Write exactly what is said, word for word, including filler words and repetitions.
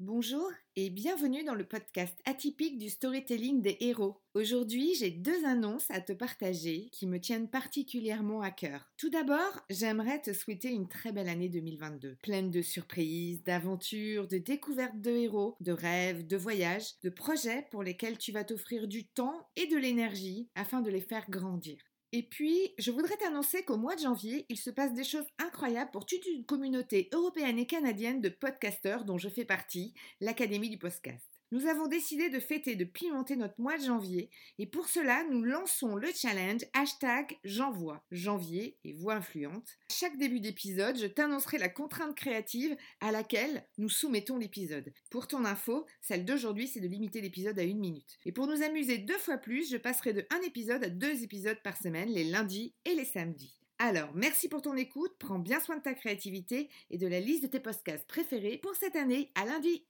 Bonjour et bienvenue dans le podcast atypique du storytelling des héros. Aujourd'hui, j'ai deux annonces à te partager qui me tiennent particulièrement à cœur. Tout d'abord, j'aimerais te souhaiter une très belle année deux mille vingt-deux, pleine de surprises, d'aventures, de découvertes de héros, de rêves, de voyages, de projets pour lesquels tu vas t'offrir du temps et de l'énergie afin de les faire grandir. Et puis, je voudrais t'annoncer qu'au mois de janvier, il se passe des choses incroyables pour toute une communauté européenne et canadienne de podcasteurs dont je fais partie, l'Académie du podcast. Nous avons décidé de fêter, de pimenter notre mois de janvier et pour cela, nous lançons le challenge hashtag J'envoie, janvier et voix influente. À chaque début d'épisode, je t'annoncerai la contrainte créative à laquelle nous soumettons l'épisode. Pour ton info, celle d'aujourd'hui, c'est de limiter l'épisode à une minute. Et pour nous amuser deux fois plus, je passerai de un épisode à deux épisodes par semaine, les lundis et les samedis. Alors, merci pour ton écoute, prends bien soin de ta créativité et de la liste de tes podcasts préférés pour cette année. À lundi!